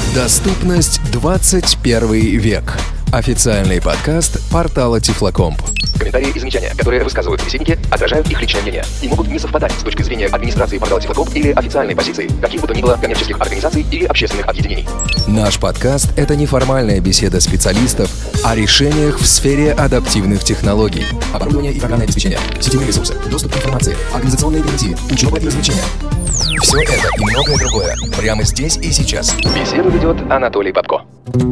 Доступность 21 век. Официальный подкаст портала Тифлокомп. Комментарии и замечания, которые высказывают собеседники, отражают их личное мнение и могут не совпадать с точки зрения администрации портала Тифлокомп или официальной позиции каких бы то ни было коммерческих организаций или общественных объединений. Наш подкаст – это неформальная беседа специалистов о решениях в сфере адаптивных технологий. Оборудование и программное обеспечение, сетевые ресурсы, доступ к информации, организационные гарантии, учеба и развлечения. Все это и многое другое прямо здесь и сейчас. Беседу ведет Анатолий Попко.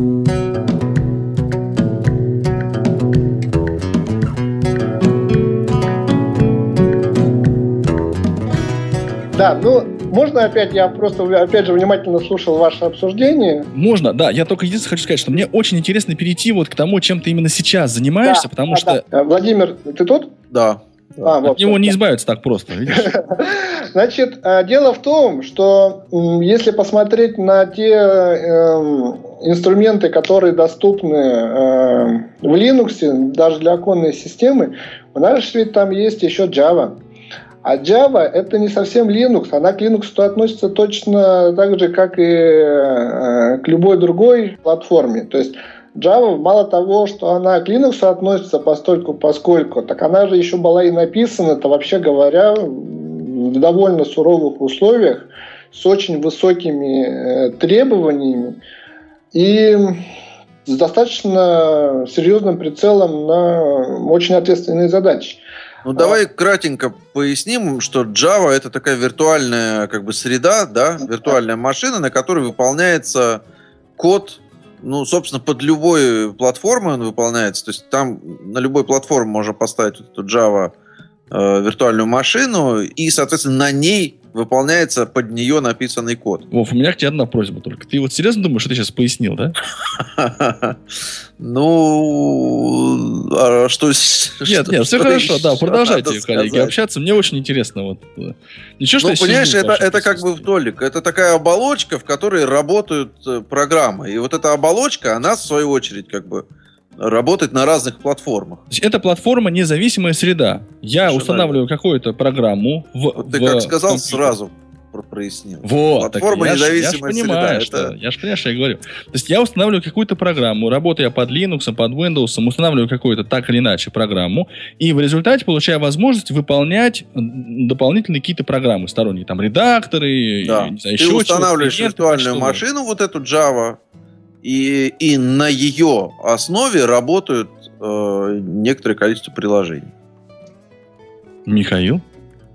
Да, можно опять, я просто, опять же, внимательно слушал ваше обсуждение. Можно, да. Я только единственное хочу сказать, что мне очень интересно перейти вот к тому, чем ты именно сейчас занимаешься, потому что... Да. Владимир, ты тут? Да. От него не избавиться так просто, видишь? Значит, дело в том, что если посмотреть на те инструменты, которые доступны в Linux, даже для оконной системы, у нас же ведь там есть еще Java. А Java — это не совсем Linux. Она к Linux относится точно так же, как и к любой другой платформе. То есть Java, мало того, что она к Linux относится поскольку, так она же еще была и написана-то, вообще говоря, в довольно суровых условиях, с очень высокими требованиями и с достаточно серьезным прицелом на очень ответственные задачи. Давай кратенько поясним, что Java — это такая виртуальная среда, да, виртуальная машина, на которой выполняется код, собственно, под любой платформой он выполняется. То есть там на любой платформе можно поставить эту Java виртуальную машину, и, соответственно, на ней выполняется под нее написанный код. Вов, у меня к тебе одна просьба только. Ты вот серьезно думаешь, что ты сейчас пояснил, да? Что? Нет, все хорошо, да, продолжайте, коллеги, общаться. Мне очень интересно. Ничего, что понимаешь, это как бы вдолик. Это такая оболочка, в которой работают программы. И вот эта оболочка, она, в свою очередь, работает на разных платформах. То есть это платформа независимая среда. Я устанавливаю какую-то программу ты как сказал, сразу прояснил. Платформа независимая среда. Я же понимаю, что я говорю. То есть я устанавливаю какую-то программу, работаю под Linux, под Windows, устанавливаю какую-то так или иначе программу, и в результате получаю возможность выполнять дополнительные какие-то программы сторонние, там редакторы, да. Не знаю, ты устанавливаешь виртуальную машину, вот эту Java, и на ее основе работают некоторое количество приложений. Михаил?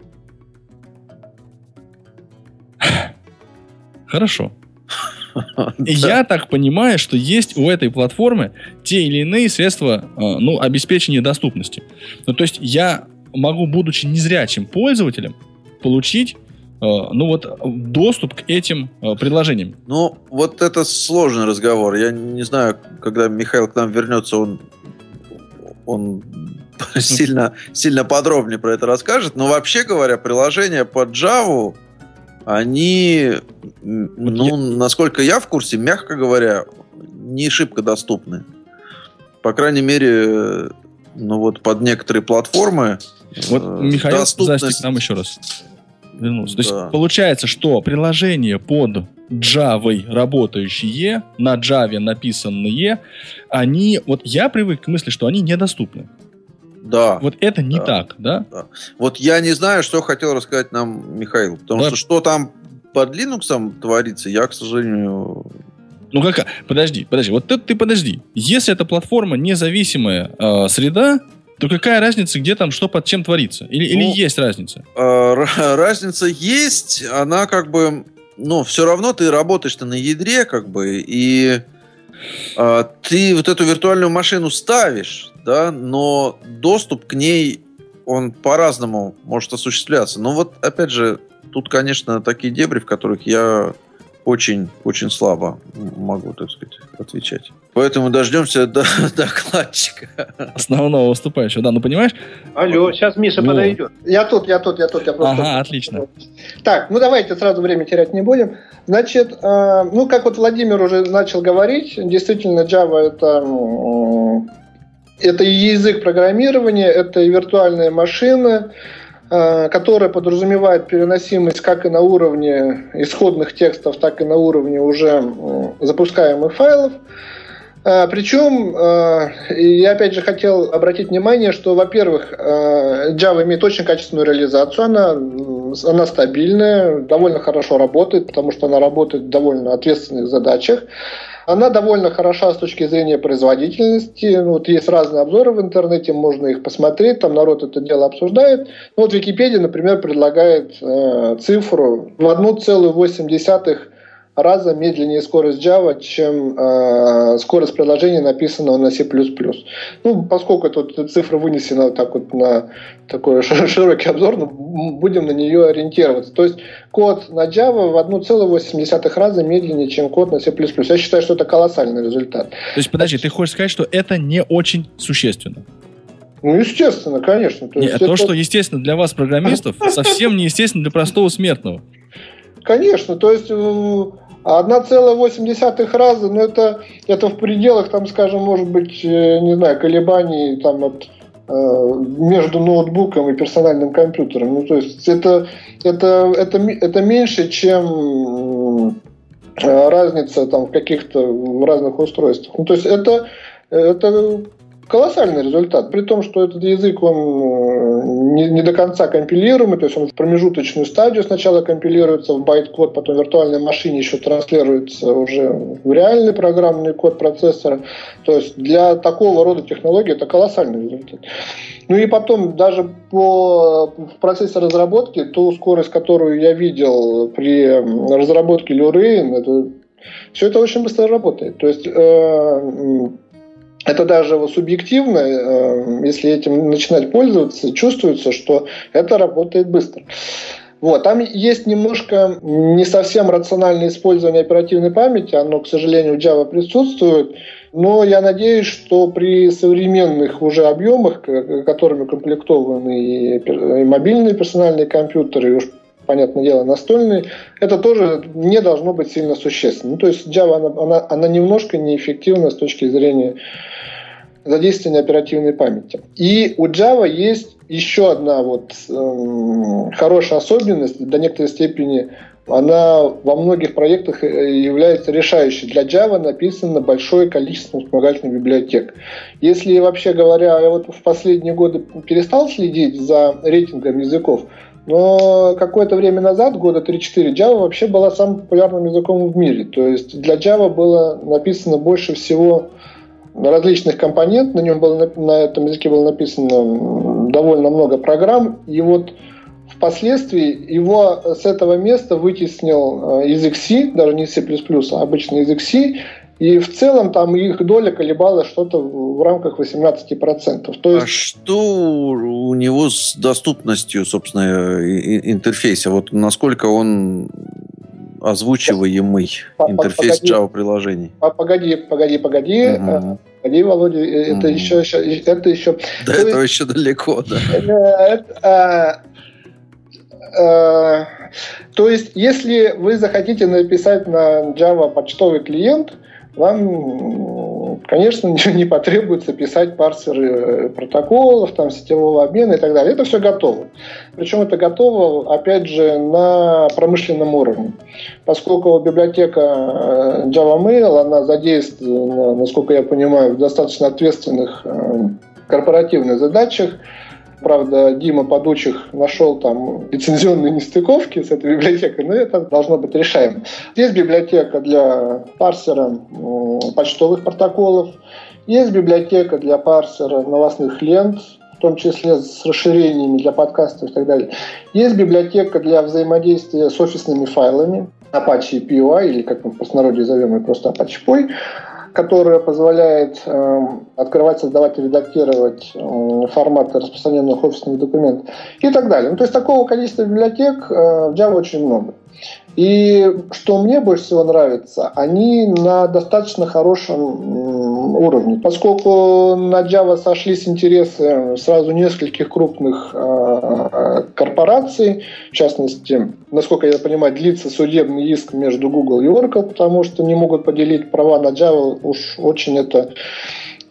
Хорошо. Я так понимаю, что есть у этой платформы те или иные средства обеспечения доступности. То есть я могу, будучи незрячим пользователем, получить доступ к этим приложениям. Вот это сложный разговор. Я не знаю, когда Михаил к нам вернется, он сильно подробнее про это расскажет. Но вообще говоря, приложения под Java, они, насколько я в курсе, мягко говоря, не шибко доступны. По крайней мере, под некоторые платформы. Михаил Застик нам еще раз вернулся. То есть получается, что приложения под Java работающие, на Java написанные, они, я привык к мысли, что они недоступны. Да. Вот это не так, да? Да. Вот я не знаю, что хотел рассказать нам Михаил, потому что там под Linux творится, я, к сожалению... Подожди. Вот ты подожди. Если эта платформа независимая среда, то какая разница, где там что под чем творится? Или есть разница? Разница есть, она все равно ты работаешь-то на ядре, и ты вот эту виртуальную машину ставишь, да, но доступ к ней, он по-разному может осуществляться. Но опять же, тут, конечно, такие дебри, в которых я очень слабо могу, так сказать, отвечать. Поэтому дождемся докладчика. Основного выступающего. Да, понимаешь? Алло, сейчас Миша подойдет. Я тут. Я просто... Ага, отлично. Так, давайте сразу время терять не будем. Значит, как Владимир уже начал говорить, действительно, Java это и язык программирования, это и виртуальная машина, которая подразумевает переносимость как и на уровне исходных текстов, так и на уровне уже запускаемых файлов. Причем, я опять же хотел обратить внимание, что, во-первых, Java имеет очень качественную реализацию, она стабильная, довольно хорошо работает, потому что она работает в довольно ответственных задачах. Она довольно хороша с точки зрения производительности. Вот есть разные обзоры в интернете, можно их посмотреть, там народ это дело обсуждает. Ну, вот Википедия, например, предлагает цифру в 1,8 раза медленнее скорость Java, чем скорость приложения, написанного на C++. Ну, поскольку эта цифра вынесена вот так вот на такой широкий обзор, будем на нее ориентироваться. То есть код на Java в 1,8 раза медленнее, чем код на C++. Я считаю, что это колоссальный результат. То есть, подожди, ты хочешь сказать, что это не очень существенно? Ну, естественно, конечно. То, что естественно для вас, программистов, совсем не естественно для простого смертного. Конечно, то есть 1,8 раза, но это в пределах, там, скажем, может быть, не знаю, колебаний там, между ноутбуком и персональным компьютером. Ну, то есть это меньше, чем разница там, в каких-то разных устройствах. Ну, то есть это колоссальный результат, при том, что этот язык, он не до конца компилируемый, то есть он в промежуточную стадию сначала компилируется в байт-код, потом в виртуальной машине еще транслируется уже в реальный программный код процессора. То есть для такого рода технологий это колоссальный результат. Ну и потом даже в процессе разработки, ту скорость, которую я видел при разработке Lurain, все это очень быстро работает. То есть это даже субъективно, если этим начинать пользоваться, чувствуется, что это работает быстро. Вот. Там есть немножко не совсем рациональное использование оперативной памяти, оно, к сожалению, в Java присутствует, но я надеюсь, что при современных уже объемах, которыми укомплектованы и мобильные персональные компьютеры, и уж понятное дело, настольные, это тоже не должно быть сильно существенно. Ну, то есть Java, она немножко неэффективна с точки зрения задействования оперативной памяти. И у Java есть еще одна хорошая особенность, до некоторой степени она во многих проектах является решающей. Для Java написано большое количество вспомогательных библиотек. Если, вообще говоря, я в последние годы перестал следить за рейтингом языков, но какое-то время назад, года 3-4, Java вообще была самым популярным языком в мире. То есть для Java было написано больше всего различных компонент, на этом языке было написано довольно много программ, и впоследствии его с этого места вытеснил язык C, даже не C++, а обычный язык C, и в целом там их доля колебалась что-то в рамках 18%. То есть... А что у него с доступностью, собственно, интерфейса? Насколько он озвучиваемый интерфейс Java-приложений? Погоди. Угу. Погоди, Володя, это еще... До этого еще далеко, да. То есть, если вы захотите написать на Java почтовый клиент, вам, конечно, не потребуется писать парсеры протоколов, сетевого обмена и так далее. Это все готово. Причем это готово, опять же, на промышленном уровне. Поскольку библиотека JavaMail, она задействована, насколько я понимаю, в достаточно ответственных корпоративных задачах. Правда, Дима Подучих нашел там лицензионные нестыковки с этой библиотекой, но это должно быть решаемо. Есть библиотека для парсера почтовых протоколов, есть библиотека для парсера новостных лент, в том числе с расширениями для подкастов и так далее. Есть библиотека для взаимодействия с офисными файлами, Apache POI, или как мы в простонародье зовем, ее просто Apache POI, которая позволяет открывать, создавать и редактировать форматы распространенных офисных документов и так далее. То есть такого количества библиотек в Java очень много. И что мне больше всего нравится, они на достаточно хорошем уровне. Поскольку на Java сошлись интересы сразу нескольких крупных корпораций, в частности, насколько я понимаю, длится судебный иск между Google и Oracle, потому что не могут поделить права на Java, уж очень это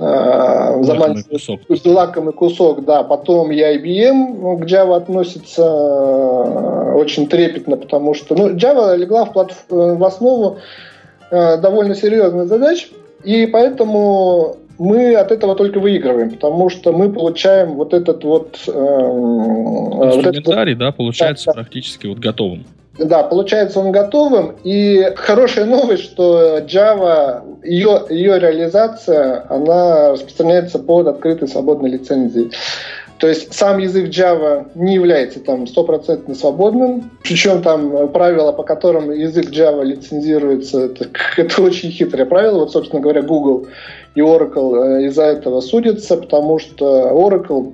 лакомый кусок, да. Потом и IBM к Java относится очень трепетно, потому что Java легла в основу довольно серьезных задач, и поэтому мы от этого только выигрываем, потому что мы получаем вот этот вот... инструментарий, да, получается практически готовым. Да, получается он готовым, и хорошая новость, что Java, ее реализация, она распространяется под открытой свободной лицензией. То есть сам язык Java не является там 100% свободным, причем там правила, по которым язык Java лицензируется, это очень хитрое правило. Вот, собственно говоря, Google и Oracle из-за этого судятся, потому что Oracle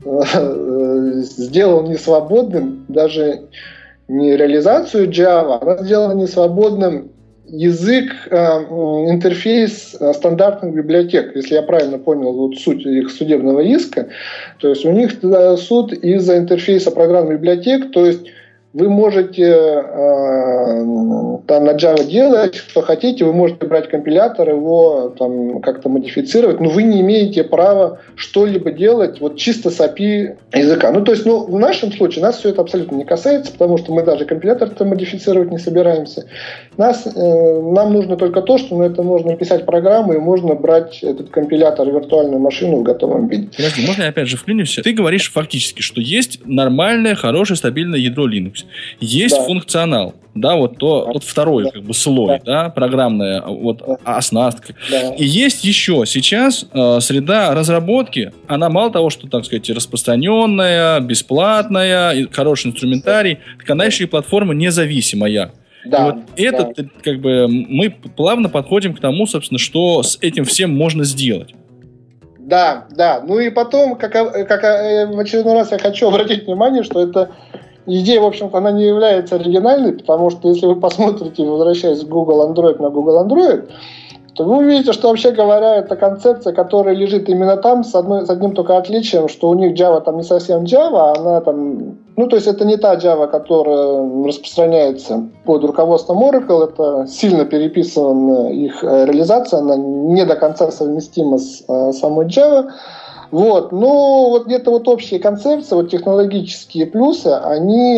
сделал несвободным даже не реализацию Java, она сделала несвободным язык, интерфейс стандартных библиотек. Если я правильно понял вот суть их судебного иска, то есть у них суд из-за интерфейса программных библиотек, то есть вы можете там на Java делать, что хотите, вы можете брать компилятор, его там как-то модифицировать, но вы не имеете права что-либо делать вот чисто с API языка. То есть, в нашем случае нас все это абсолютно не касается, потому что мы даже компилятор-то модифицировать не собираемся. Нам нужно только то, что на это можно писать программу, и можно брать этот компилятор, виртуальную машину в готовом виде. Подожди, можно я опять же вклинюсь? Ты говоришь фактически, что есть нормальное, хорошее, стабильное ядро Linux. Есть функционал, да, вот второй слой, да, программная оснастка. Да. И есть еще сейчас среда разработки, она мало того, что, так сказать, распространенная, бесплатная, хороший инструментарий, так она еще и платформа независимая. Да, и вот мы плавно подходим к тому, собственно, что с этим всем можно сделать. Да. И потом, как в очередной раз я хочу обратить внимание, что это идея, в общем-то, она не является оригинальной, потому что если вы посмотрите, возвращаясь с Google Android на Google Android, то вы увидите, что, вообще говоря, это концепция, которая лежит именно там, с одним только отличием, что у них Java там не совсем Java, она там... то есть это не та Java, которая распространяется под руководством Oracle, это сильно переписанная их реализация, она не до конца совместима с самой Java. Но где-то общие концепции, технологические плюсы, они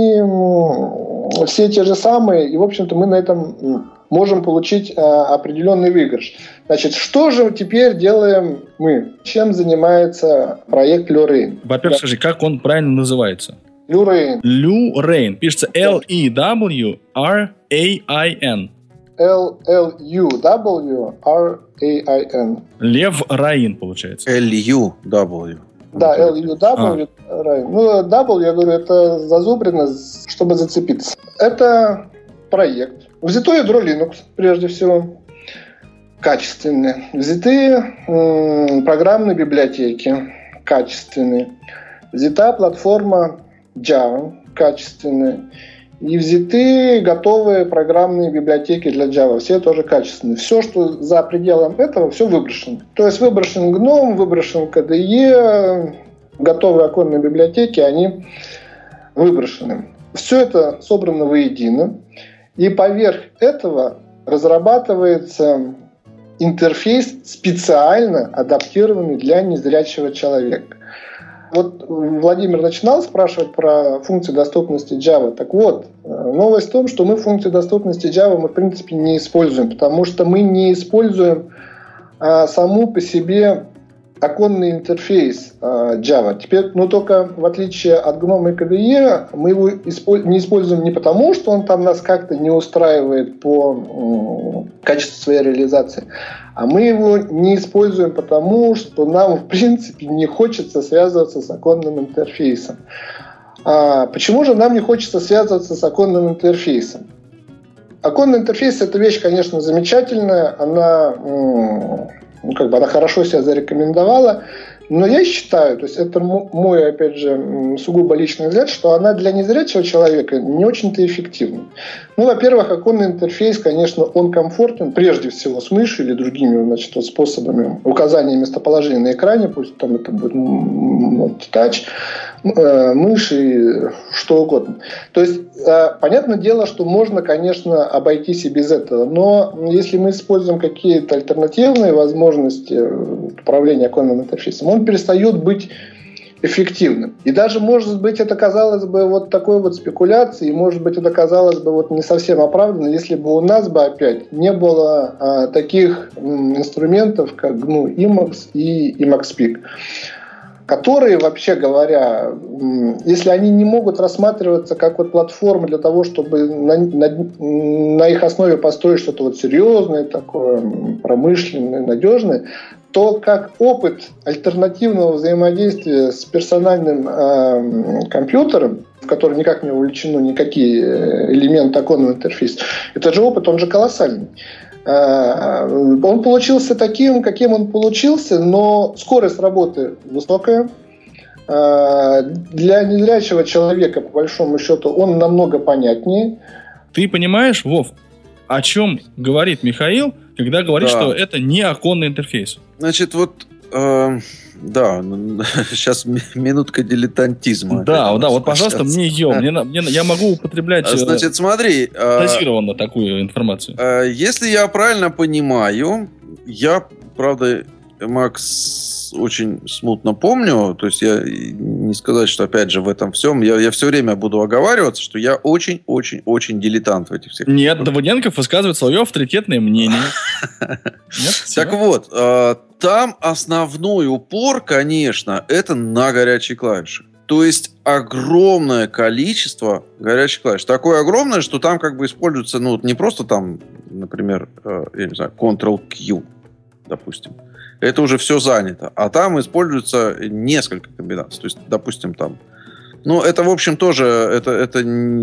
все те же самые, и, в общем-то, мы на этом можем получить определенный выигрыш. Значит, что же теперь делаем мы? Чем занимается проект Lurain? Во-первых, скажи, как он правильно называется? Lurain. Lurain. Пишется Lewrain. Lewrain. Левраин, получается. LUW. Да, LUW. W, я говорю, это зазубрено, чтобы зацепиться. Это проект. Взято ядро Linux, прежде всего, качественные. Взяты программные библиотеки, качественные. Взята платформа Java, качественная. И взяты готовые программные библиотеки для Java, все тоже качественные. Все, что за пределом этого, все выброшено. То есть выброшен GNOME, выброшен KDE, готовые оконные библиотеки, они выброшены. Все это собрано воедино. И поверх этого разрабатывается интерфейс, специально адаптированный для незрячего человека. Владимир начинал спрашивать про функции доступности Java. Так вот, новость в том, что мы функции доступности Java в принципе не используем, потому что мы не используем саму по себе оконный интерфейс Java. Теперь, только в отличие от GNOME и KDE, мы его не используем не потому, что он там нас как-то не устраивает по качеству своей реализации, а мы его не используем потому, что нам, в принципе, не хочется связываться с оконным интерфейсом. Почему же нам не хочется связываться с оконным интерфейсом? Оконный интерфейс – это вещь, конечно, замечательная, она хорошо себя зарекомендовала, Но я считаю, то есть это мой, опять же, сугубо личный взгляд, что она для незрячего человека не очень-то эффективна. Ну, во-первых, оконный интерфейс, конечно, он комфортен, прежде всего с мышью или другими, значит, способами указания местоположения на экране, пусть там это будет тач, мышь и что угодно. То есть, понятное дело, что можно, конечно, обойтись и без этого, но если мы используем какие-то альтернативные возможности управления оконным интерфейсом, он перестает быть эффективным. И даже, может быть, это казалось бы вот такой вот спекуляцией, может быть, это казалось бы вот не совсем оправданно, если бы у нас бы опять не было таких инструментов, как GNU Emacs и Emacs Peak, которые, вообще говоря, если они не могут рассматриваться как вот платформа для того, чтобы на их основе построить что-то вот серьезное, такое промышленное, надежное, то как опыт альтернативного взаимодействия с персональным компьютером, в который никак не вовлечены никакие элементы оконного интерфейса, этот же опыт, он же колоссальный. Он получился таким, каким он получился, но скорость работы высокая. Для незрячего человека, по большому счету, он намного понятнее. Ты понимаешь, Вов, о чем говорит Михаил, когда говорит, что это не оконный интерфейс? Значит, вот... Да, сейчас минутка дилетантизма. Да, вот, пожалуйста, мне ее. Я могу употреблять значит, смотри, дозированно такую информацию. Если я правильно понимаю, я, правда, Макс, очень смутно помню, то есть я не сказать, что, опять же, в этом всем, я все время буду оговариваться, что я очень-очень-очень дилетант в этих всех. Нет, Давыденков высказывает свое авторитетное мнение. Так вот, там основной упор, конечно, это на горячие клавиши. То есть огромное количество горячих клавиш. Такое огромное, что там как бы используется, ну, не просто там, например, я не знаю, Ctrl-Q, допустим. Это уже все занято. А там используется несколько комбинаций. То есть, допустим, там... Ну, это, в общем, тоже... Это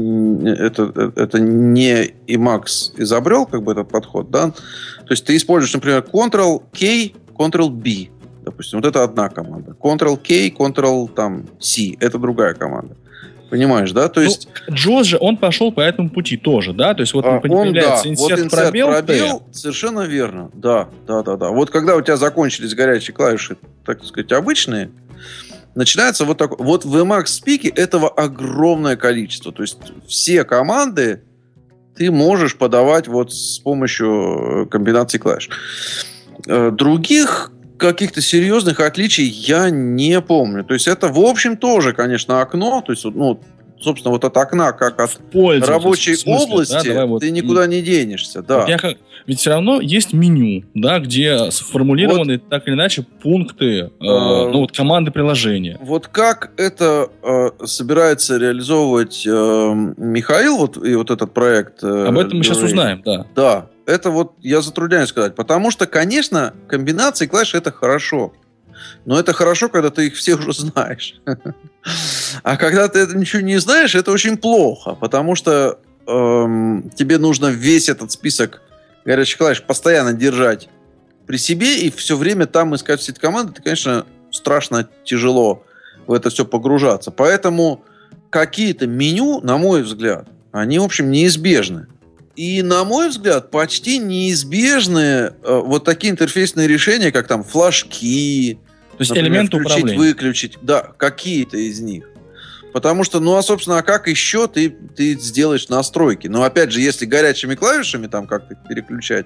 не Emacs изобрел, как бы, этот подход, да? То есть, ты используешь, например, Ctrl-K, Ctrl-B. Допустим, вот это одна команда. Ctrl-K, Ctrl-C. Это другая команда. Понимаешь, да? То есть... Джоз же, он пошел по этому пути тоже, да? То есть, вот появляется инсерт пробел. Совершенно верно. Да. Вот когда у тебя закончились горячие клавиши, так сказать, обычные, начинается вот такое. Вот в Emacs Peak этого огромное количество. То есть, все команды ты можешь подавать вот с помощью комбинаций клавиш. Других каких-то серьезных отличий я не помню. То есть это, в общем, тоже, конечно, окно. То есть, ну, собственно, вот от окна, как от рабочей области, да, ты никуда не денешься. Да. Вот ведь все равно есть меню, да, где сформулированы вот, так или иначе пункты, команды приложения. Вот как это собирается реализовывать Михаил, и вот этот проект... Об этом мы сейчас узнаем, да. Да. Это вот я затрудняюсь сказать. Потому что, конечно, комбинации клавиш — это хорошо. Но это хорошо, когда ты их все уже знаешь. А когда ты это ничего не знаешь, это очень плохо. Потому что тебе нужно весь этот список горячих клавиш постоянно держать при себе и все время там искать все эти команды. Это, конечно, страшно тяжело в это все погружаться. Поэтому какие-то меню, на мой взгляд, они, в общем, неизбежны. И, на мой взгляд, почти неизбежны вот такие интерфейсные решения, как там флажки, то есть элементы управления. Выключить, да, какие-то из них. Потому что, собственно, как еще ты сделаешь настройки? Но, опять же, если горячими клавишами там как-то переключать,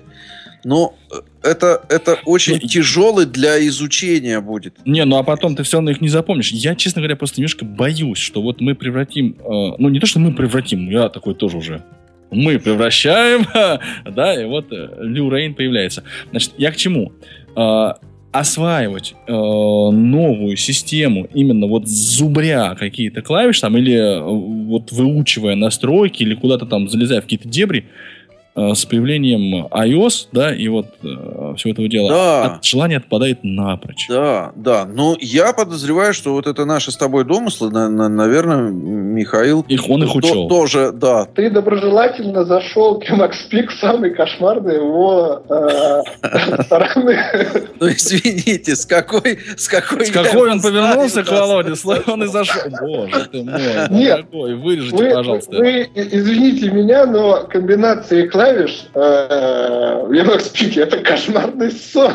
это очень тяжелый для изучения будет. А потом ты все равно их не запомнишь. Я, честно говоря, просто немножко боюсь, что вот мы превратим... не то, что мы превратим, я такой тоже уже... Мы превращаем, да, и вот Лю Рейн появляется. Значит, я к чему? Осваивать новую систему именно вот зубря какие-то клавиши там, или вот выучивая настройки, или куда-то там залезая в какие-то дебри, с появлением iOS, да, и вот всего этого дела, Да. желание отпадает напрочь. Да. Но я подозреваю, что вот это наши с тобой домыслы, наверное, Михаил... Он их учел. Тоже, да. Ты доброжелательно зашел к Emacs-Peak в самый кошмарный его стороны. Ну, извините, с какой он повернулся к Володе, он и зашел. Боже ты мой, дорогой, вырежите, пожалуйста. Вы извините меня, но комбинации клавиш в Emacs-Peak это кошмарный сон.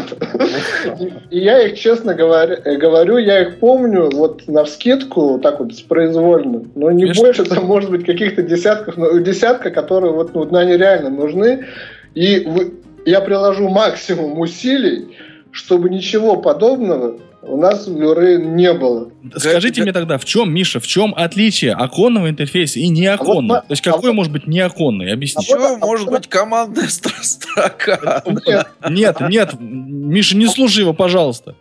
И я их, честно говорю, я их помню вот навскидку, так вот, произвольно, но не больше, там, может быть, каких-то десятка, которые вот, они реально нужны. И я приложу максимум усилий, чтобы ничего подобного у нас в Blu-ray не было. Скажите мне тогда, в чем отличие оконного интерфейса и неоконного? То есть какой может быть неоконный? Объясните. Может быть командная строка? Нет, Миша, не слушай его, пожалуйста.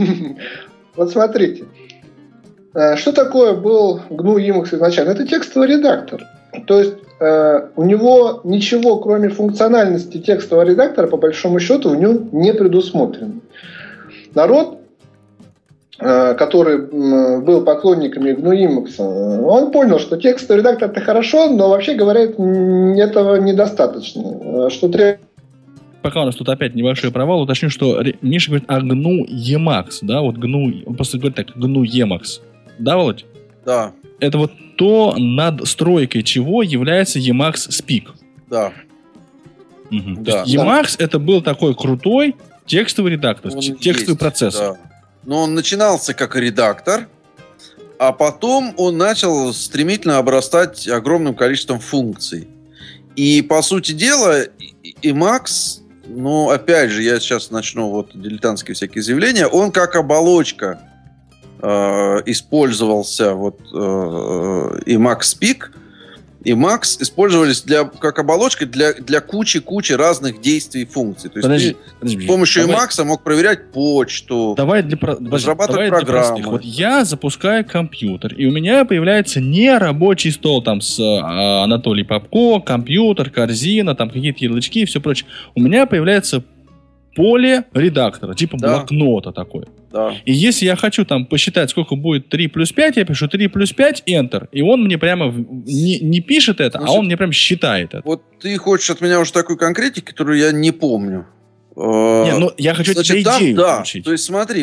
Вот смотрите. Что такое был GNU Emacs изначально? Это текстовый редактор. То есть у него ничего, кроме функциональности текстового редактора, по большому счету, у него не предусмотрено. Народ, который был поклонниками GNU Emacs, он понял, что текстовый редактор это хорошо, но вообще говоря, этого недостаточно. Пока у нас тут опять небольшой провал, уточню, что Миша говорит о GNU Emacs, да, вот GNU, он просто говорит так, GNU Emacs. Да, Володь? Да. Это вот то, над стройкой чего является Emacs Speak. Да. Угу. То есть Emacs это был такой крутой текстовый редактор, текстовый процессор. Да. Но он начинался как редактор, а потом он начал стремительно обрастать огромным количеством функций. И, по сути дела, Emacs, опять же, я сейчас начну дилетантские всякие заявления, он как оболочка использовался Emacs Speak. Emacs использовались как оболочка для кучи разных действий и функций. То есть ты с помощью Emacs мог проверять почту, разрабатывать программы. Вот я запускаю компьютер, и у меня появляется не рабочий стол там с Анатолием Попко, компьютер, корзина, там какие-то ярлычки и все прочее. У меня появляется поле редактора, типа блокнота такой. Да. И если я хочу там посчитать, сколько будет 3 плюс 5, я пишу 3 плюс 5, Enter. И он мне прямо не пишет это, а он мне прям считает это. Вот ты хочешь от меня уже такой конкретики, которую я не помню. Я хочу тебе идею получить. То есть смотри,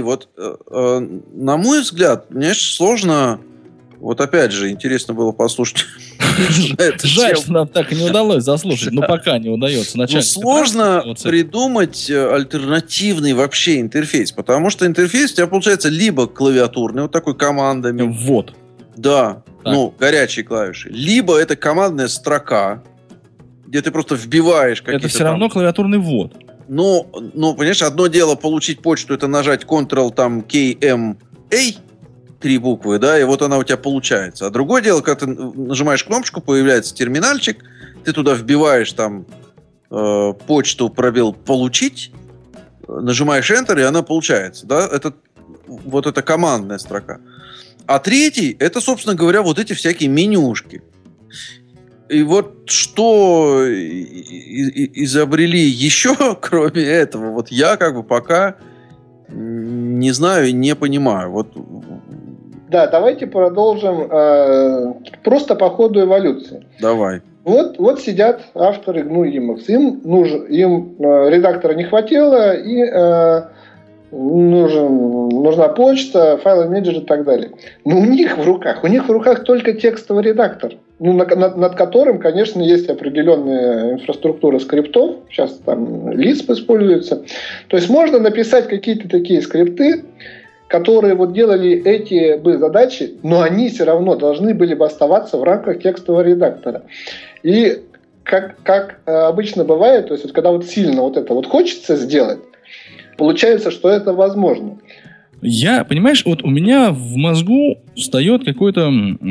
на мой взгляд, мне сложно... Вот опять же, интересно было послушать. Жаль, что нам так и не удалось заслушать. Но пока не удается. Сложно придумать альтернативный вообще интерфейс. Потому что интерфейс у тебя получается либо клавиатурный, вот такой командами. Вот. Да, горячие клавиши. Либо это командная строка, где ты просто вбиваешь какие-то... Это все равно клавиатурный ввод. Ну, понимаешь, одно дело получить почту, это нажать Ctrl-KMA, 3 буквы, да, и вот она у тебя получается. А другое дело, когда ты нажимаешь кнопочку, появляется терминальчик, ты туда вбиваешь там почту, пробел «Получить», нажимаешь Enter, и она получается, да, это командная строка. А третий, это, собственно говоря, вот эти всякие менюшки. И вот что изобрели еще, кроме этого, я пока не знаю и не понимаю. Да, давайте продолжим просто по ходу эволюции. Давай. Вот сидят авторы GNU Emacs. Им редактора не хватило, и нужна почта, файловый менеджер и так далее. Но у них в руках только текстовый редактор, над которым, конечно, есть определенная инфраструктура скриптов. Сейчас там Lisp используется. То есть можно написать какие-то такие скрипты, которые делали эти задачи, но они все равно должны были бы оставаться в рамках текстового редактора. И как обычно бывает, то есть когда сильно это хочется сделать, получается, что это возможно. Понимаешь, у меня в мозгу встает какой-то,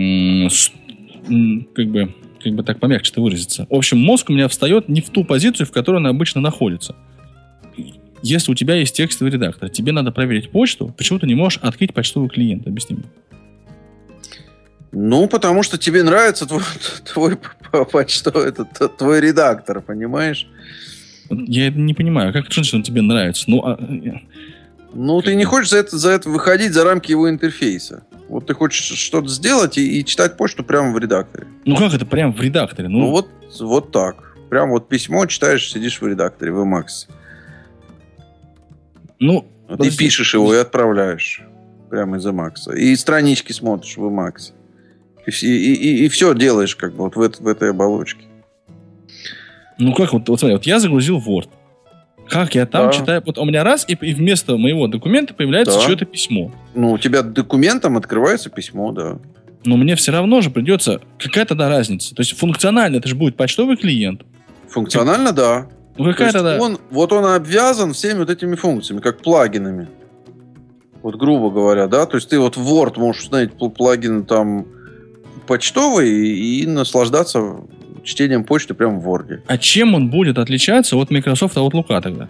как бы так помягче выразиться. В общем, мозг у меня встает не в ту позицию, в которой он обычно находится. Если у тебя есть текстовый редактор, тебе надо проверить почту, почему ты не можешь открыть почтовый клиент? Объясни мне. Потому что тебе нравится твой редактор, понимаешь? Я это не понимаю. Как это, что он тебе нравится? Ну, ты не хочешь за это выходить за рамки его интерфейса. Вот ты хочешь что-то сделать и читать почту прямо в редакторе. Ну, как это прямо в редакторе? Ну вот так. Прям вот письмо читаешь, сидишь в редакторе, в Emacs. Ну, ты пишешь его и отправляешь прямо из Emacs. И странички смотришь в Emacs. И все делаешь как бы вот в этой оболочке. Ну, как вот смотри, вот я загрузил Word. Как я там читаю? Вот у меня раз, и вместо моего документа появляется чье-то письмо. Ну, у тебя документом открывается письмо, да. Но мне все равно же придется... Какая тогда разница? То есть функционально это же будет почтовый клиент. Функционально, да. Ну, какая тогда... Он обвязан всеми вот этими функциями, как плагинами. Вот грубо говоря, да. То есть ты вот в Word можешь установить плагин там почтовый и наслаждаться чтением почты прямо в Word. А чем он будет отличаться от Microsoft Outlook тогда?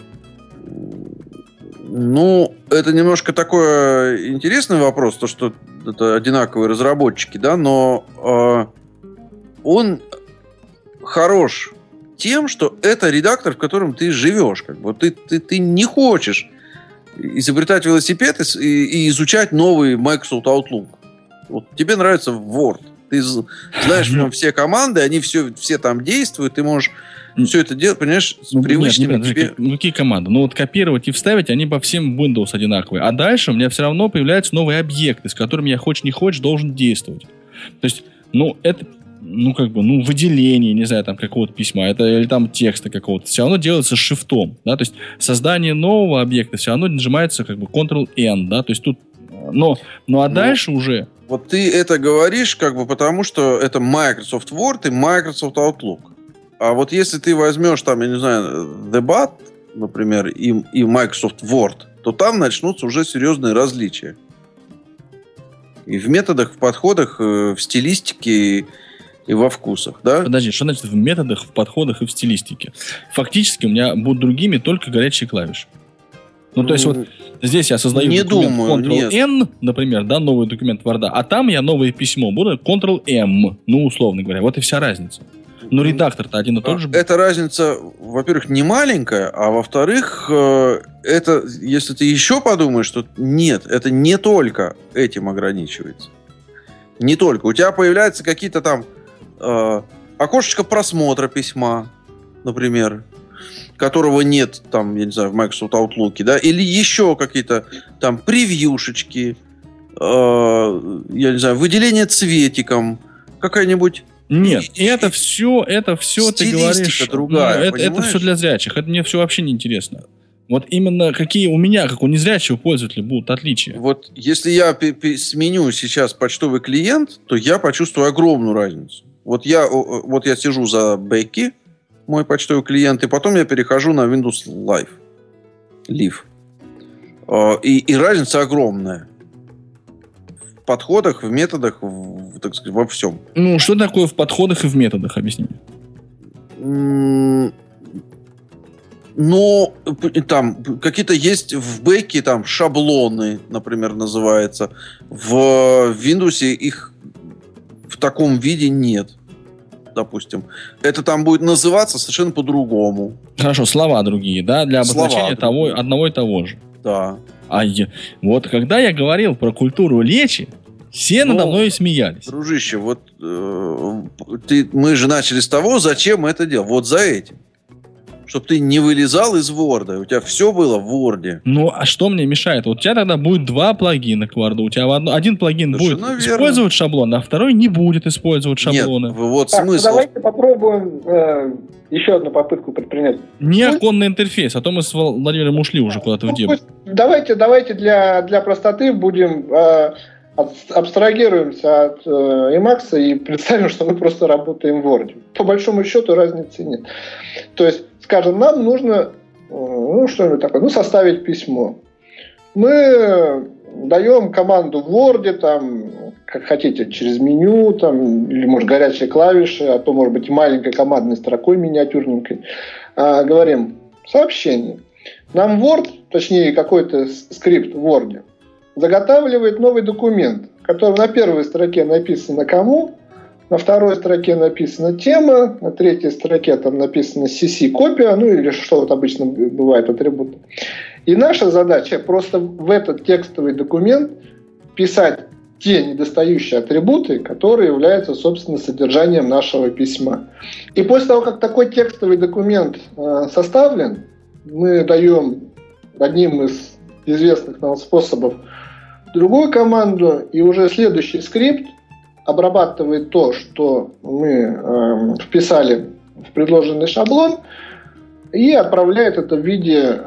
Ну, это немножко такой интересный вопрос, то, что это одинаковые разработчики, да, но он хорош тем, что это редактор, в котором ты живешь. Как бы. Ты не хочешь изобретать велосипед и изучать новый Microsoft Outlook. Вот тебе нравится Word. Ты знаешь в нем все команды, они все там действуют, ты можешь все это делать, понимаешь, с привычными тебе... Какие команды? Ну вот копировать и вставить, они по всем Windows одинаковые. А дальше у меня все равно появляются новые объекты, с которыми я хочешь не хочешь должен действовать. То есть, это... выделение, не знаю, там, какого-то письма, или там текста какого-то, все равно делается шифтом, да, то есть создание нового объекта все равно нажимается как бы Ctrl-N, да, то есть тут, дальше уже... Вот ты это говоришь, как бы, потому что это Microsoft Word и Microsoft Outlook. А вот если ты возьмешь там, я не знаю, Debat, например, и Microsoft Word, то там начнутся уже серьезные различия. И в методах, в подходах, в стилистике и во вкусах, да? Подожди, что значит в методах, в подходах и в стилистике? Фактически у меня будут другими только горячие клавиши. Ну, то есть вот здесь я создаю документ Ctrl-N, например, да, новый документ Word, а там я новое письмо буду Ctrl-M, условно говоря. Вот и вся разница. Но редактор-то один и тот же. Эта разница, во-первых, не маленькая, а во-вторых, это, если ты еще подумаешь, что нет, это не только этим ограничивается. Не только. У тебя появляются какие-то там окошечко просмотра письма, например, которого нет там, я не знаю, в Microsoft Outlook, да, или еще какие-то там превьюшечки, я не знаю, выделение цветиком, какая-нибудь... Нет, это все ты говоришь... другая, это все для зрячих, это мне все вообще не интересно. Вот именно какие у меня, как у незрячего пользователя, будут отличия. Вот если я сменю сейчас почтовый клиент, то я почувствую огромную разницу. Вот я сижу за Becky, мой почтовый клиент, и потом я перехожу на Windows Live. И разница огромная. В подходах, в методах, так сказать, во всем. Ну, что такое в подходах и в методах? Объясни мне. Ну, там какие-то есть в Бэке там шаблоны, например, называется. В Windows их в таком виде нет. Допустим. Это там будет называться совершенно по-другому. Хорошо, слова другие, да? Для обозначения одного и того же. Да. Вот когда я говорил про культуру речи, все надо мной смеялись. Дружище, вот мы же начали с того, зачем это делать. Вот за этим. Чтобы ты не вылезал из Word. У тебя все было в Word. Ну, а что мне мешает? Вот у тебя тогда будет два плагина к Word. У тебя один плагин будет использовать шаблон, а второй не будет использовать шаблоны. Нет, вот смысл. Давайте попробуем еще одну попытку предпринять. Не оконный интерфейс, а то мы с Владимиром ушли уже куда-то в дебри. Давайте для простоты будем... абстрагируемся от Emacs и представим, что мы просто работаем в Word. По большому счету разницы нет. То есть, скажем, нам нужно что-нибудь такое, составить письмо. Мы даем команду в Word, там, как хотите, через меню, там, или, может, горячие клавиши, а то, может быть, маленькой командной строкой миниатюрненькой. Говорим сообщение. Нам Word, точнее, какой-то скрипт в Word, заготавливает новый документ, в котором на первой строке написано кому, на второй строке написана тема, на третьей строке там написано CC-копия, ну или что вот обычно бывает атрибуты. И наша задача просто в этот текстовый документ писать те недостающие атрибуты, которые являются, собственно, содержанием нашего письма. И после того, как такой текстовый документ составлен, мы даем одним из известных нам способов другую команду, и уже следующий скрипт обрабатывает то, что мы вписали в предложенный шаблон, и отправляет это в виде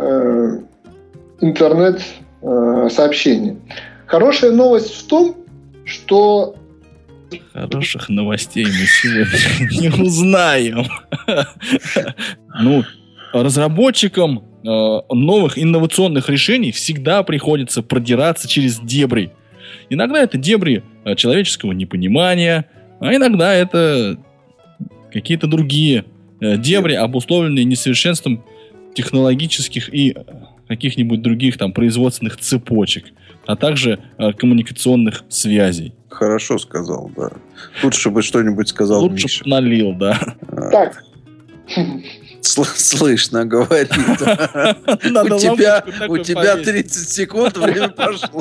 интернет-сообщения. Хорошая новость в том, что... Хороших новостей мы сегодня не узнаем. Ну, разработчикам новых инновационных решений всегда приходится продираться через дебри. Иногда это дебри человеческого непонимания, а иногда это какие-то другие дебри, обусловленные несовершенством технологических и каких-нибудь других там производственных цепочек, а также коммуникационных связей. Хорошо сказал, да. Лучше бы что-нибудь сказал Лучше Миша. бы налил, да. Так. Слышно, говорит. У тебя 30 секунд, время пошло.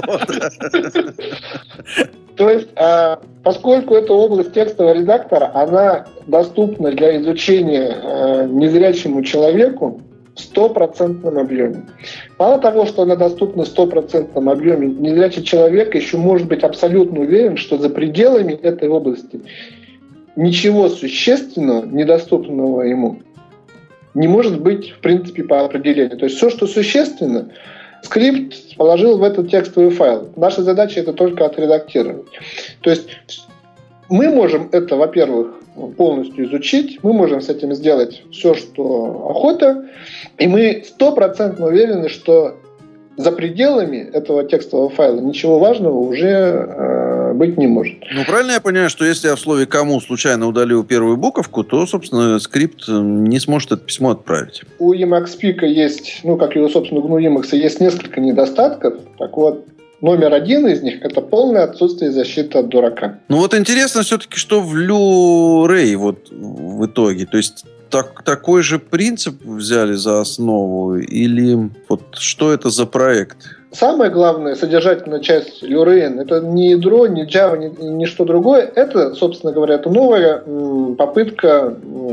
То есть, поскольку эта область текстового редактора, она доступна для изучения незрячему человеку в 100% объеме. Мало того, что она доступна в 100% объеме, незрячий человек еще может быть абсолютно уверен, что за пределами этой области ничего существенного, недоступного ему, не может быть, в принципе, по определению. То есть все, что существенно, скрипт положил в этот текстовый файл. Наша задача это только отредактировать. То есть мы можем это, во-первых, полностью изучить, мы можем с этим сделать все, что охота, и мы 100% уверены, что за пределами этого текстового файла ничего важного уже быть не может. Ну, правильно я понимаю, что если я в слове «кому» случайно удалил первую буковку, то, собственно, скрипт не сможет это письмо отправить. У Emacs есть, ну, как и у, собственно, GNU Emacs, есть несколько недостатков. Так вот, номер один из них – это полное отсутствие защиты от дурака. Ну, вот интересно все-таки, что в Blu-ray вот в итоге. То есть такой же принцип взяли за основу? Или вот что это за проект? Самая главная содержательная часть Lurain – это не ядро, не Java, ни что другое. Это, собственно говоря, это новая попытка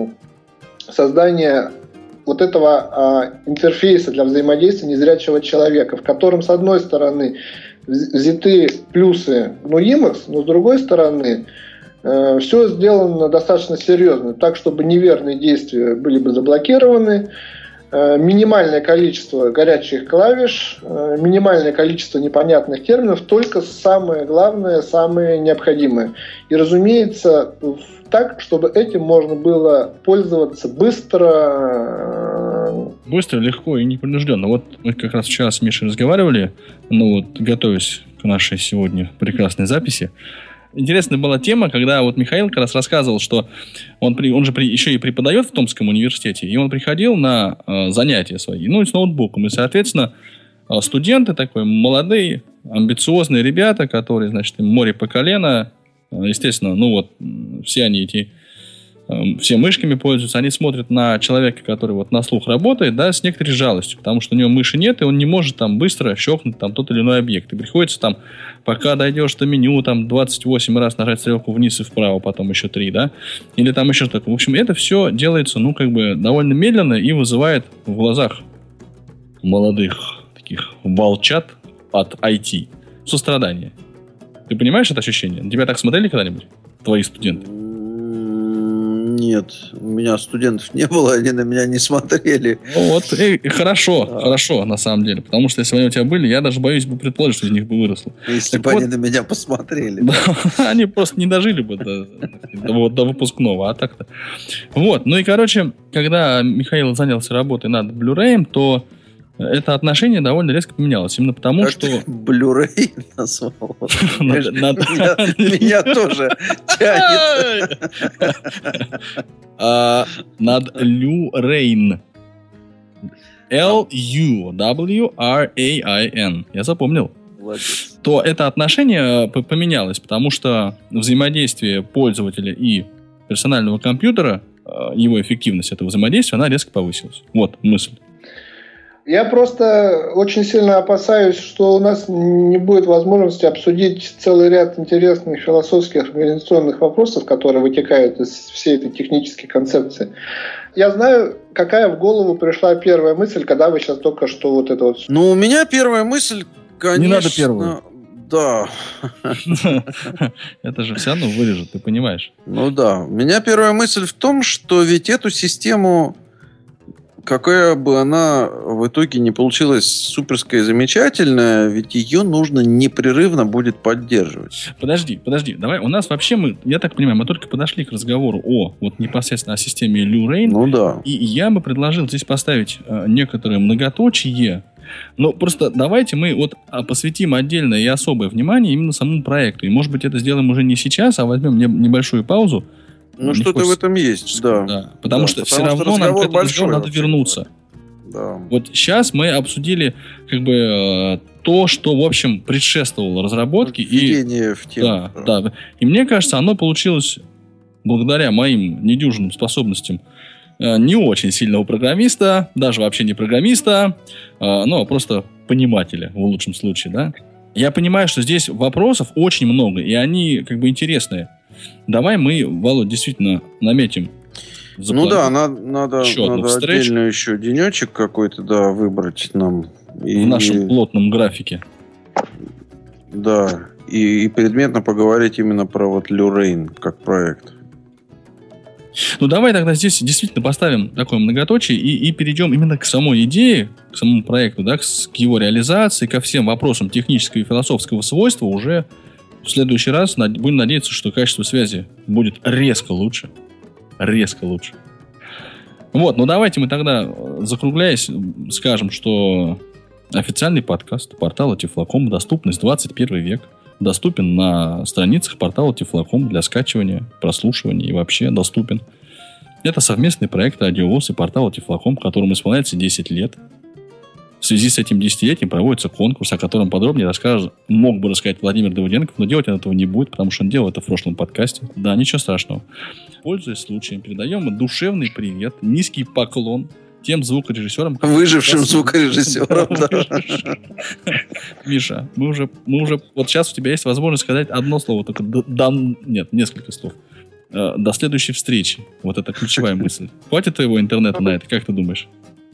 создания вот этого интерфейса для взаимодействия незрячего человека, в котором, с одной стороны, взяты плюсы GNU Emacs, но с другой стороны, все сделано достаточно серьезно, так, чтобы неверные действия были бы заблокированы, минимальное количество горячих клавиш, минимальное количество непонятных терминов, только самое главное, самое необходимое. И, разумеется, так, чтобы этим можно было пользоваться быстро. Быстро, легко и непринужденно. Вот мы как раз вчера с Мишей разговаривали, готовясь к нашей сегодня прекрасной записи. Интересная была тема, когда вот Михаил как раз рассказывал, что он же еще и преподает в Томском университете, и он приходил на занятия свои, с ноутбуком. И, соответственно, студенты такой молодые, амбициозные ребята, которые, значит, им море по колено, естественно, все они все мышками пользуются, они смотрят на человека, который вот на слух работает, да, с некоторой жалостью, потому что у него мыши нет, и он не может там быстро щелкнуть там тот или иной объект. И приходится там, пока дойдешь до меню, там 28 раз нажать стрелку вниз и вправо, потом еще 3, да, или там еще что-то. В общем, это все делается, довольно медленно и вызывает в глазах молодых таких волчат от IT сострадание. Ты понимаешь это ощущение? На тебя так смотрели когда-нибудь твои студенты? Нет, у меня студентов не было, они на меня не смотрели. Хорошо, на самом деле. Потому что если они у тебя были, я даже боюсь бы предположить, что из них бы выросло. Если бы они на меня посмотрели. Они просто не дожили бы до выпускного, а так-то. Когда Михаил занялся работой над Blu-ray, то это отношение довольно резко поменялось. Именно потому, что... Blu-ray назвал. Меня тоже тянет. Над Lurain. L-U-W-R-A-I-N. Я запомнил. Молодец. То это отношение поменялось, потому что взаимодействие пользователя и персонального компьютера, его эффективность этого взаимодействия, она резко повысилась. Вот мысль. Я просто очень сильно опасаюсь, что у нас не будет возможности обсудить целый ряд интересных философских организационных вопросов, которые вытекают из всей этой технической концепции. Я знаю, какая в голову пришла первая мысль, когда вы сейчас только что вот это вот... Ну, у меня первая мысль, конечно... Не надо первую. Да. Это же все равно вырежут, ты понимаешь. Ну да. У меня первая мысль в том, что ведь эту систему, какая бы она в итоге не получилась суперская и замечательная, ведь ее нужно непрерывно будет поддерживать. Подожди. Давай, у нас вообще я так понимаю, мы только подошли к разговору вот непосредственно о системе Lurain. Ну да. И я бы предложил здесь поставить некоторые многоточие. Но просто давайте мы посвятим отдельное и особое внимание именно самому проекту. И, может быть, это сделаем уже не сейчас, а возьмем небольшую паузу. Ну, что-то в этом есть, да. Потому что все равно нам к этому разговору надо вернуться. Да. Вот сейчас мы обсудили то, что, в общем, предшествовало разработке. Введение в тему. Да. И мне кажется, оно получилось благодаря моим недюжинным способностям не очень сильного программиста, даже вообще не программиста, но просто понимателя в лучшем случае, да. Я понимаю, что здесь вопросов очень много, и они как бы интересные. Давай мы, Володь, действительно наметим. Ну да, надо отдельно еще денечек какой-то, да, выбрать нам. В нашем плотном графике. Да, и предметно поговорить именно про вот Lurain как проект. Ну, давай тогда здесь действительно поставим такое многоточие и перейдем именно к самой идее, к самому проекту, да, к его реализации, ко всем вопросам технического и философского свойства уже в следующий раз. Будем надеяться, что качество связи будет резко лучше. Резко лучше. Вот, ну давайте мы тогда, закругляясь, скажем, что официальный подкаст портала Тифлоком «Доступность 21 век» доступен на страницах портала Тифлоком для скачивания, прослушивания и вообще доступен. Это совместный проект Радиовоз и портала Тифлоком, которому исполняется 10 лет. В связи с этим 10-летием проводится конкурс, о котором подробнее мог бы рассказать Владимир Давыденков, но делать он этого не будет, потому что он делал это в прошлом подкасте. Да, ничего страшного. Пользуясь случаем, передаем душевный привет, низкий поклон тем звукорежиссерам... Выжившим звукорежиссерам, да. Миша, мы уже... Вот сейчас у тебя есть возможность сказать одно слово, только нет, несколько слов. До следующей встречи. Вот это ключевая мысль. Хватит твоего интернета на это, как ты думаешь?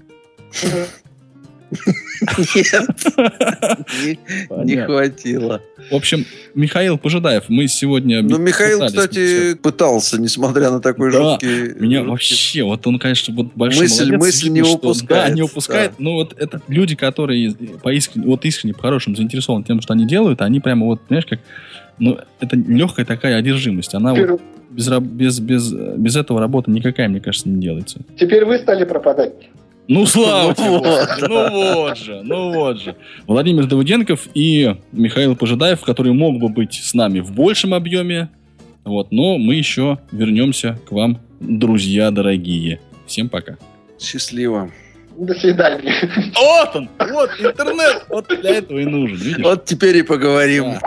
Нет, не хватило. В общем, Михаил Пожидаев, мы сегодня... Ну, Михаил, кстати, пытался, несмотря на такой жуткий... Меня вообще, вот он, конечно, вот большой молодец. Мысль не упускает. Да, не упускает. Ну, вот это люди, которые искренне, по-хорошему заинтересованы тем, что они делают, они прямо вот, понимаешь, как... Ну, это легкая такая одержимость. Она вот без этого работа никакая, мне кажется, не делается. Теперь вы стали пропадать. Ну, слава тебе, ну вот же. Владимир Давыденков и Михаил Пожидаев, который мог бы быть с нами в большем объеме. Вот, но мы еще вернемся к вам, друзья дорогие. Всем пока. Счастливо. До свидания. Вот он, вот интернет, вот для этого и нужен. Видишь? Вот теперь и поговорим. Да.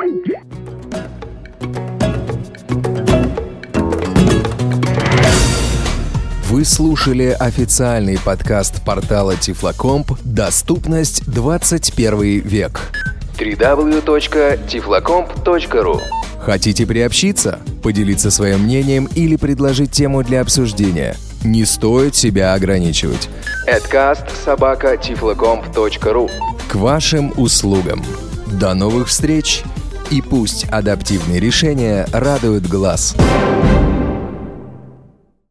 Вы слушали официальный подкаст портала Тифлокомп «Доступность 21 век». www.tiflocomp.ru. Хотите приобщиться, поделиться своим мнением или предложить тему для обсуждения? Не стоит себя ограничивать. @tiflocomp.ru. К вашим услугам. До новых встреч! И пусть адаптивные решения радуют глаз.